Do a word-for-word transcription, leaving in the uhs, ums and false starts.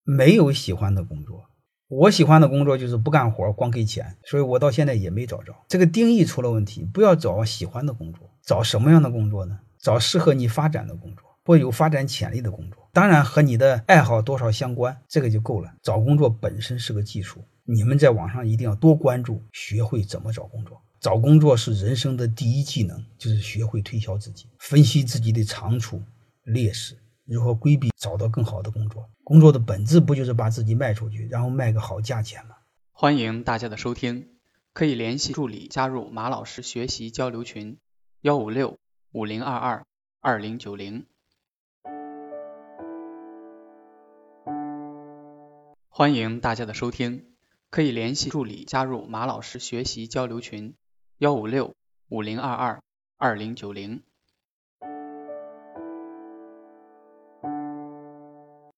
没有喜欢的工作。我喜欢的工作就是不干活，光给钱，所以我到现在也没找着。这个定义出了问题，不要找喜欢的工作，找什么样的工作呢？找适合你发展的工作，或有发展潜力的工作，当然和你的爱好多少相关，这个就够了。找工作本身是个技术，你们在网上一定要多关注，学会怎么找工作。找工作是人生的第一技能，就是学会推销自己，分析自己的长处劣势，如何规避，找到更好的工作。工作的本质不就是把自己卖出去，然后卖个好价钱吗？ 欢迎大家的收听，可以联系助理加入马老师学习交流群幺五六五零二二二零九零。欢迎大家的收听，可以联系助理加入马老师学习交流群幺五六五零二二二零九零。